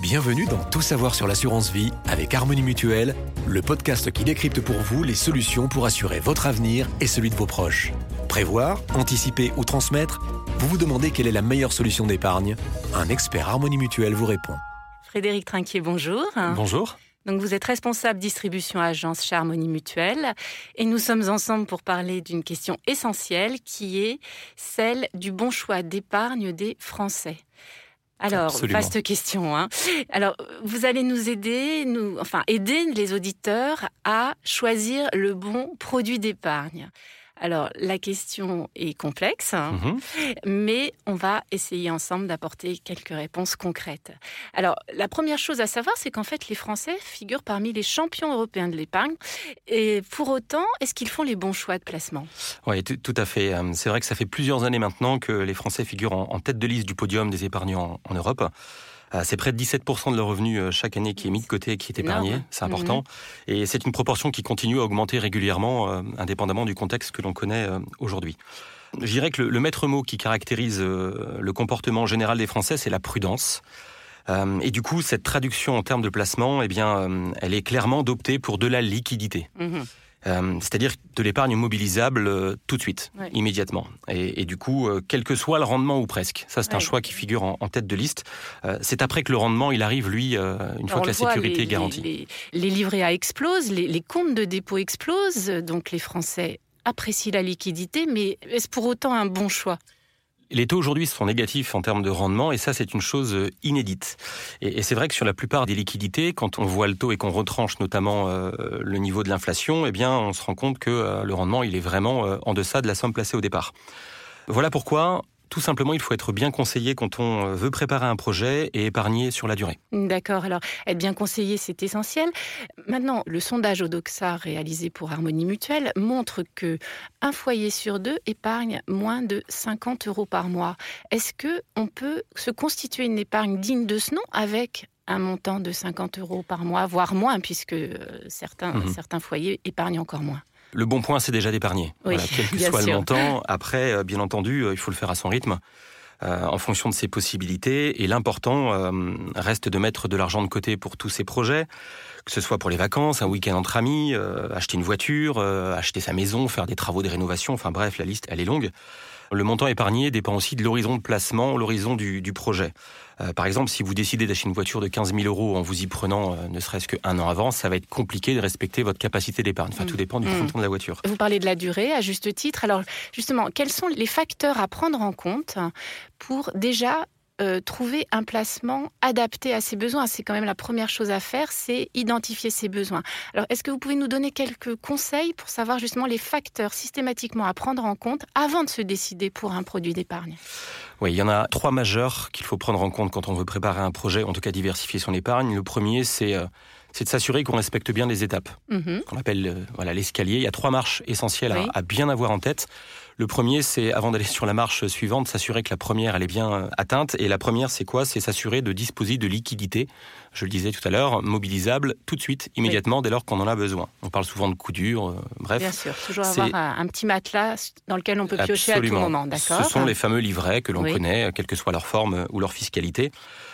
Bienvenue dans Tout savoir sur l'assurance vie avec Harmonie Mutuelle, le podcast qui décrypte pour vous les solutions pour assurer votre avenir et celui de vos proches. Prévoir, anticiper ou transmettre, vous vous demandez quelle est la meilleure solution d'épargne? Un expert Harmonie Mutuelle vous répond. Frédéric Trinquier, bonjour. Bonjour. Donc vous êtes responsable distribution agence chez Harmonie Mutuelle et nous sommes ensemble pour parler d'une question essentielle qui est celle du bon choix d'épargne des Français. Alors, Absolument. vaste question, hein. Alors, vous allez nous aider, aider les auditeurs à choisir le bon produit d'épargne. Alors, la question est complexe, mais on va essayer ensemble d'apporter quelques réponses concrètes. Alors, la première chose à savoir, c'est qu'en fait, les Français figurent parmi les champions européens de l'épargne. Et pour autant, est-ce qu'ils font les bons choix de placement ? Oui, tout à fait. C'est vrai que ça fait plusieurs années maintenant que les Français figurent en tête de liste du podium des épargnants en Europe. C'est près de 17% de leur revenu chaque année qui est mis de côté et qui est épargné. C'est important. Et c'est une proportion qui continue à augmenter régulièrement, indépendamment du contexte que l'on connaît aujourd'hui. Je dirais que le maître mot qui caractérise le comportement général des Français, c'est la prudence. Et du coup, cette traduction en termes de placement, elle est clairement d'opter pour de la liquidité. C'est-à-dire de l'épargne mobilisable tout de suite, immédiatement. Et du coup, quel que soit le rendement ou presque. Ça, c'est un choix qui figure en tête de liste. C'est après que le rendement, il arrive, lui, une fois que la sécurité est garantie. Les livrets A explosent, les comptes de dépôt explosent, donc les Français apprécient la liquidité, mais est-ce pour autant un bon choix ? Les taux aujourd'hui sont négatifs en termes de rendement et ça c'est une chose inédite. Et c'est vrai que sur la plupart des liquidités, quand on voit le taux et qu'on retranche notamment le niveau de l'inflation, on se rend compte que le rendement il est vraiment en deçà de la somme placée au départ. Voilà pourquoi tout simplement, il faut être bien conseillé quand on veut préparer un projet et épargner sur la durée. D'accord, alors être bien conseillé, c'est essentiel. Maintenant, le sondage Odoxa réalisé pour Harmonie Mutuelle montre qu'un foyer sur deux épargne moins de 50 € par mois. Est-ce qu'on peut se constituer une épargne digne de ce nom avec un montant de 50 € par mois, voire moins, puisque certains foyers épargnent encore moins ? Le bon point, c'est déjà d'épargner. Oui, quel que soit le montant. Après, bien entendu, il faut le faire à son rythme, en fonction de ses possibilités. Et l'important reste de mettre de l'argent de côté pour tous ces projets, que ce soit pour les vacances, un week-end entre amis, acheter une voiture, acheter sa maison, faire des travaux de rénovation. Enfin bref, la liste, elle est longue. Le montant épargné dépend aussi de l'horizon de placement, l'horizon du projet. Par exemple, si vous décidez d'acheter une voiture de 15 000 € en vous y prenant ne serait-ce qu'un an avant, ça va être compliqué de respecter votre capacité d'épargne. Enfin, tout dépend du montant de la voiture. Vous parlez de la durée, à juste titre. Alors, justement, quels sont les facteurs à prendre en compte pour déjà trouver un placement adapté à ses besoins? C'est quand même la première chose à faire, c'est identifier ses besoins. Alors, est-ce que vous pouvez nous donner quelques conseils pour savoir justement les facteurs systématiquement à prendre en compte avant de se décider pour un produit d'épargne ? Oui, il y en a 3 majeurs qu'il faut prendre en compte quand on veut préparer un projet, en tout cas diversifier son épargne. Le premier, c'est de s'assurer qu'on respecte bien les étapes, qu'on appelle l'escalier. Il y a 3 marches essentielles à bien avoir en tête. Le premier, c'est, avant d'aller sur la marche suivante, s'assurer que la première, elle est bien atteinte. Et la première, c'est quoi ? C'est s'assurer de disposer de liquidités, je le disais tout à l'heure, mobilisables tout de suite, immédiatement, dès lors qu'on en a besoin. On parle souvent de coups durs, bref. Bien sûr, toujours avoir un petit matelas dans lequel on peut piocher à tout moment, d'accord ? Ce sont les fameux livrets que l'on connaît, quelle que soit leur forme ou leur fiscalité.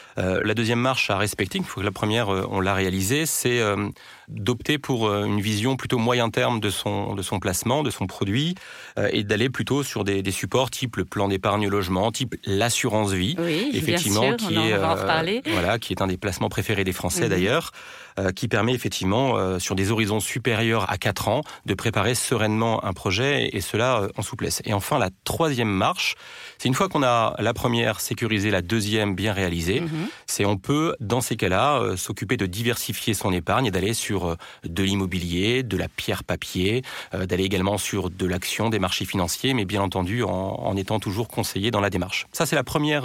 La deuxième marche à respecter, il faut que la première, on l'a réalisée, c'est d'opter pour une vision plutôt moyen terme de son placement, de son produit, et d'aller plutôt sur des supports type le plan d'épargne logement, type l'assurance vie, effectivement, bien sûr, on va en reparler. Qui est un des placements préférés des Français d'ailleurs, qui permet effectivement, sur des horizons supérieurs à 4 ans, de préparer sereinement un projet, et cela en souplesse. Et enfin, la troisième marche, c'est une fois qu'on a la première sécurisée, la deuxième bien réalisée, c'est on peut, dans ces cas-là, s'occuper de diversifier son épargne et d'aller sur de l'immobilier, de la pierre papier, d'aller également sur de l'action, des marchés financiers, mais bien entendu en étant toujours conseillé dans la démarche. Ça, c'est le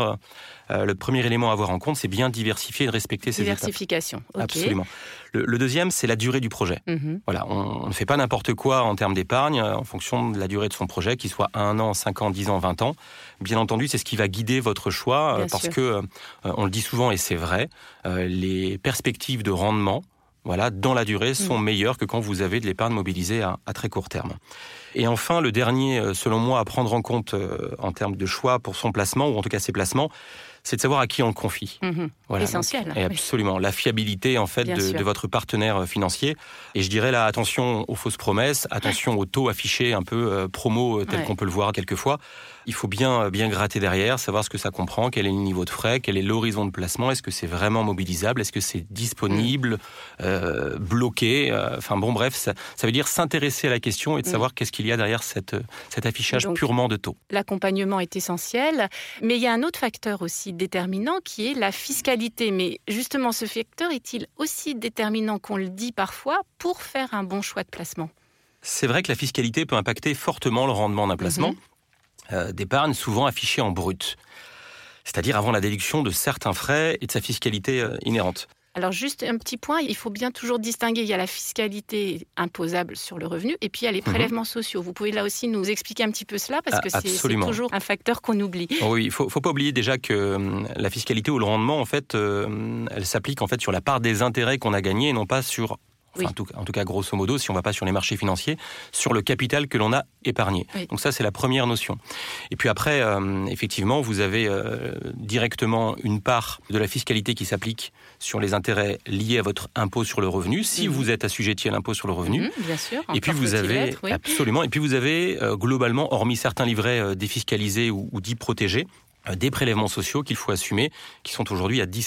premier élément à avoir en compte, c'est bien diversifier et de respecter ces étapes. Diversification, ok. Absolument. Le deuxième, c'est la durée du projet. Voilà, on ne fait pas n'importe quoi en termes d'épargne en fonction de la durée de son projet, qu'il soit 1 an, 5 ans, 10 ans, 20 ans. Bien entendu, c'est ce qui va guider votre choix parce que, on le dit souvent et c'est vrai, les perspectives de rendement dans la durée, sont meilleures que quand vous avez de l'épargne mobilisée à très court terme. Et enfin, le dernier, selon moi, à prendre en compte en termes de choix pour son placement, ou en tout cas ses placements, c'est de savoir à qui on le confie. Voilà, essentiel. Et absolument, la fiabilité en fait de votre partenaire financier. Et je dirais là, attention aux fausses promesses, attention aux taux affichés un peu promo tel qu'on peut le voir quelquefois. Il faut bien gratter derrière, savoir ce que ça comprend, quel est le niveau de frais, quel est l'horizon de placement, est-ce que c'est vraiment mobilisable, est-ce que c'est disponible, bloqué. Enfin bon, bref, ça veut dire s'intéresser à la question et de savoir qu'est-ce qu'il y a derrière cet affichage purement de taux. L'accompagnement est essentiel, mais il y a un autre facteur aussi déterminant qui est la fiscalité. Mais justement, ce facteur est-il aussi déterminant qu'on le dit parfois pour faire un bon choix de placement ? C'est vrai que la fiscalité peut impacter fortement le rendement d'un placement d'épargne, souvent affiché en brut, c'est-à-dire avant la déduction de certains frais et de sa fiscalité inhérente. Alors juste un petit point, il faut bien toujours distinguer, il y a la fiscalité imposable sur le revenu et puis il y a les prélèvements sociaux. Vous pouvez là aussi nous expliquer un petit peu cela parce que c'est toujours un facteur qu'on oublie. Oui, il faut pas oublier déjà que la fiscalité ou le rendement, en fait, elle s'applique en fait sur la part des intérêts qu'on a gagnés et non pas sur... Enfin, en tout cas, grosso modo, si on ne va pas sur les marchés financiers, sur le capital que l'on a épargné. Oui. Donc ça, c'est la première notion. Et puis après, effectivement, vous avez directement une part de la fiscalité qui s'applique sur les intérêts liés à votre impôt sur le revenu, si vous êtes assujetti à l'impôt sur le revenu. Bien sûr. Et puis vous avez absolument. Et puis vous avez globalement, hormis certains livrets défiscalisés ou dits protégés, des prélèvements sociaux qu'il faut assumer, qui sont aujourd'hui à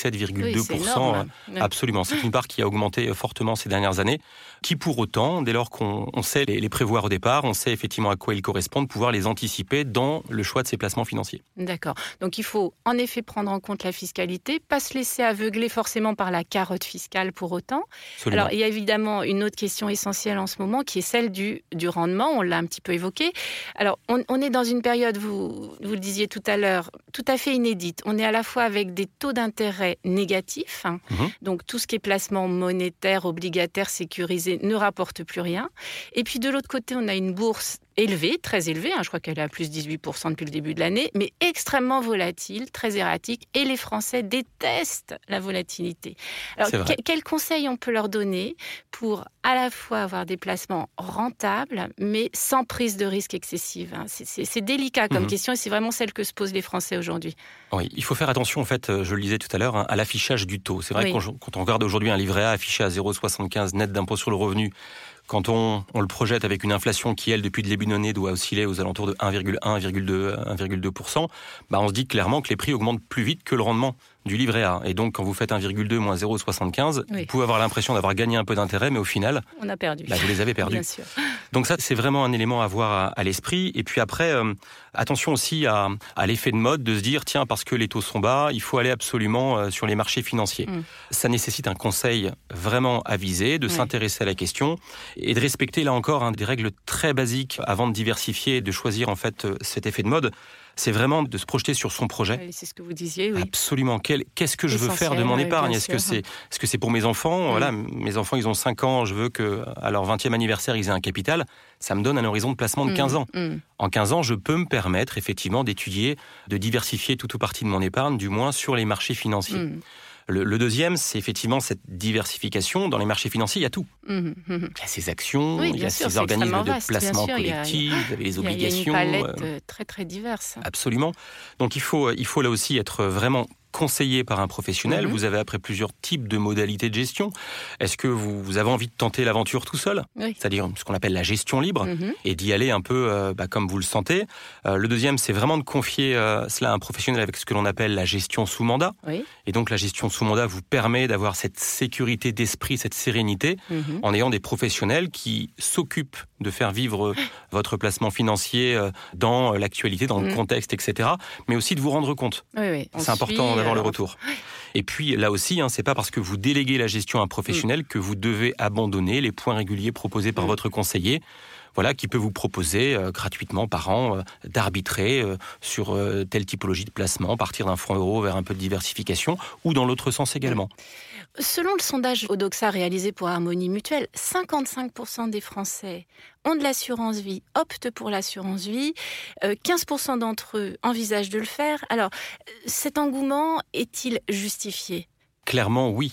17,2%. Absolument. C'est une part qui a augmenté fortement ces dernières années, qui pour autant, dès lors qu'on sait les prévoir au départ, on sait effectivement à quoi ils correspondent, pouvoir les anticiper dans le choix de ses placements financiers. D'accord. Donc il faut en effet prendre en compte la fiscalité, pas se laisser aveugler forcément par la carotte fiscale pour autant. Absolument. Alors il y a évidemment une autre question essentielle en ce moment qui est celle du rendement, on l'a un petit peu évoqué. Alors on est dans une période, vous le disiez tout à l'heure, tout à fait inédite. On est à la fois avec des taux d'intérêt négatifs, donc tout ce qui est placement monétaire, obligataire, sécurisé ne rapporte plus rien. Et puis de l'autre côté, on a une bourse élevée, très élevée, je crois qu'elle est à plus 18% depuis le début de l'année, mais extrêmement volatile, très erratique, et les Français détestent la volatilité. Alors, quels conseils on peut leur donner pour à la fois avoir des placements rentables, mais sans prise de risque excessive ? C'est délicat comme question, et c'est vraiment celle que se posent les Français aujourd'hui. Oui, il faut faire attention, en fait, je le disais tout à l'heure, à l'affichage du taux. C'est vrai que quand on regarde aujourd'hui un livret A affiché à 0,75 net d'impôt sur le revenu, quand on le projette avec une inflation qui, elle, depuis le début de l'année, doit osciller aux alentours de 1,1, 1,2%, on se dit clairement que les prix augmentent plus vite que le rendement du livret A. Et donc, quand vous faites 1,2 moins 0,75, vous pouvez avoir l'impression d'avoir gagné un peu d'intérêt, mais au final, on a perdu. Vous les avez perdus. Bien sûr. Donc ça, c'est vraiment un élément à avoir à l'esprit. Et puis après, attention aussi à l'effet de mode de se dire, tiens, parce que les taux sont bas, il faut aller absolument sur les marchés financiers. Ça nécessite un conseil vraiment avisé, de s'intéresser à la question et de respecter, là encore, des règles très basiques avant de diversifier et de choisir en fait cet effet de mode. C'est vraiment de se projeter sur son projet. C'est ce que vous disiez, oui. Absolument. Qu'est-ce que je veux faire de mon épargne ? Est-ce que c'est pour mes enfants ? Voilà, mes enfants, ils ont 5 ans, je veux qu'à leur 20e anniversaire, ils aient un capital. Ça me donne un horizon de placement de 15 ans. En 15 ans, je peux me permettre effectivement d'étudier, de diversifier toute ou partie de mon épargne, du moins sur les marchés financiers. Le deuxième, c'est effectivement cette diversification. Dans les marchés financiers, il y a tout. Il y a ces actions, il y a ces organismes de placement collectif, vous avez les obligations. Il y a une palette très très diverse. Absolument. Donc il faut là aussi être vraiment conseillé par un professionnel. Vous avez après plusieurs types de modalités de gestion. Est-ce que vous avez envie de tenter l'aventure tout seul ? C'est-à-dire ce qu'on appelle la gestion libre et d'y aller un peu comme vous le sentez. Le deuxième, c'est vraiment de confier cela à un professionnel avec ce que l'on appelle la gestion sous mandat. Et donc la gestion sous mandat vous permet d'avoir cette sécurité d'esprit, cette sérénité en ayant des professionnels qui s'occupent de faire vivre votre placement financier dans l'actualité, dans le contexte, etc. Mais aussi de vous rendre compte. C'est important d'avoir le retour. Et puis là aussi, c'est pas parce que vous déléguez la gestion à un professionnel que vous devez abandonner les points réguliers proposés par votre conseiller. Voilà, qui peut vous proposer gratuitement par an d'arbitrer sur telle typologie de placement, partir d'un fonds euro vers un peu de diversification, ou dans l'autre sens également. Selon le sondage Odoxa réalisé pour Harmonie Mutuelle, 55% des Français ont de l'assurance vie, optent pour l'assurance vie, 15% d'entre eux envisagent de le faire. Alors, cet engouement est-il justifié ? Clairement, oui.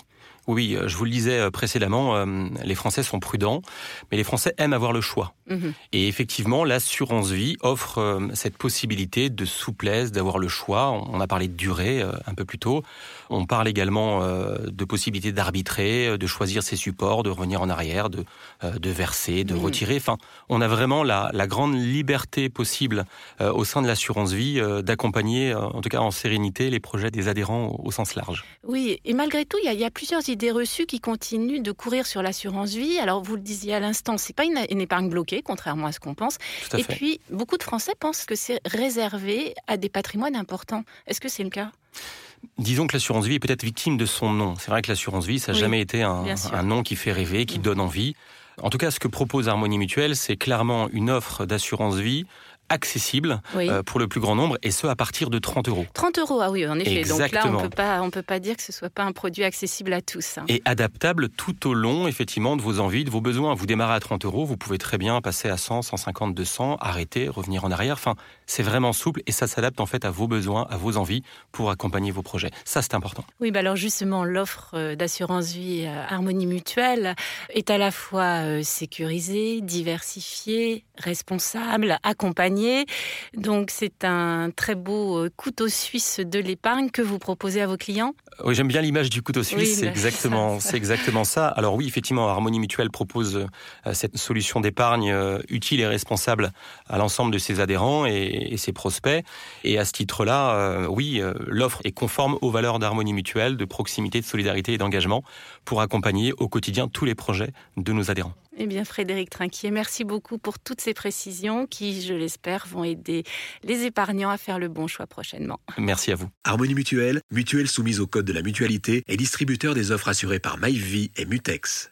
Oui, je vous le disais précédemment, les Français sont prudents, mais les Français aiment avoir le choix. Et effectivement, l'assurance vie offre cette possibilité de souplesse, d'avoir le choix. On a parlé de durée un peu plus tôt. On parle également de possibilité d'arbitrer, de choisir ses supports, de revenir en arrière, de verser, de retirer. Enfin, on a vraiment la grande liberté possible au sein de l'assurance vie d'accompagner, en tout cas en sérénité, les projets des adhérents au sens large. Oui, et malgré tout, il y a plusieurs idées reçues qui continuent de courir sur l'assurance vie. Alors, vous le disiez à l'instant, c'est pas une épargne bloquée, contrairement à ce qu'on pense. Tout à fait. Puis, beaucoup de Français pensent que c'est réservé à des patrimoines importants. Est-ce que c'est le cas ? Disons que l'assurance vie est peut-être victime de son nom. C'est vrai que l'assurance vie, ça n'a jamais été un nom qui fait rêver, qui donne envie. En tout cas, ce que propose Harmonie Mutuelle, c'est clairement une offre d'assurance vie accessible pour le plus grand nombre, et ce à partir de 30 €. 30 €, ah oui, en effet. Exactement. Donc là, on peut pas dire que ce soit pas un produit accessible à tous. Et adaptable tout au long, effectivement, de vos envies, de vos besoins. Vous démarrez à 30 €, vous pouvez très bien passer à 100, 150, 200, arrêter, revenir en arrière. Enfin, c'est vraiment souple et ça s'adapte en fait à vos besoins, à vos envies pour accompagner vos projets. Ça, c'est important. Oui, alors justement, l'offre d'assurance vie Harmonie Mutuelle est à la fois sécurisée, diversifiée, responsable, accompagnée. Donc, c'est un très beau couteau suisse de l'épargne que vous proposez à vos clients. Oui, j'aime bien l'image du couteau suisse, oui, c'est exactement ça. Alors oui, effectivement, Harmonie Mutuelle propose cette solution d'épargne utile et responsable à l'ensemble de ses adhérents et ses prospects. Et à ce titre-là, l'offre est conforme aux valeurs d'Harmonie Mutuelle, de proximité, de solidarité et d'engagement pour accompagner au quotidien tous les projets de nos adhérents. Eh bien, Frédéric Trinquier, merci beaucoup pour toutes ces précisions qui, je l'espère, vont aider les épargnants à faire le bon choix prochainement. Merci à vous. Harmonie Mutuelle, mutuelle soumise au code de la mutualité et distributeur des offres assurées par MyVie et Mutex.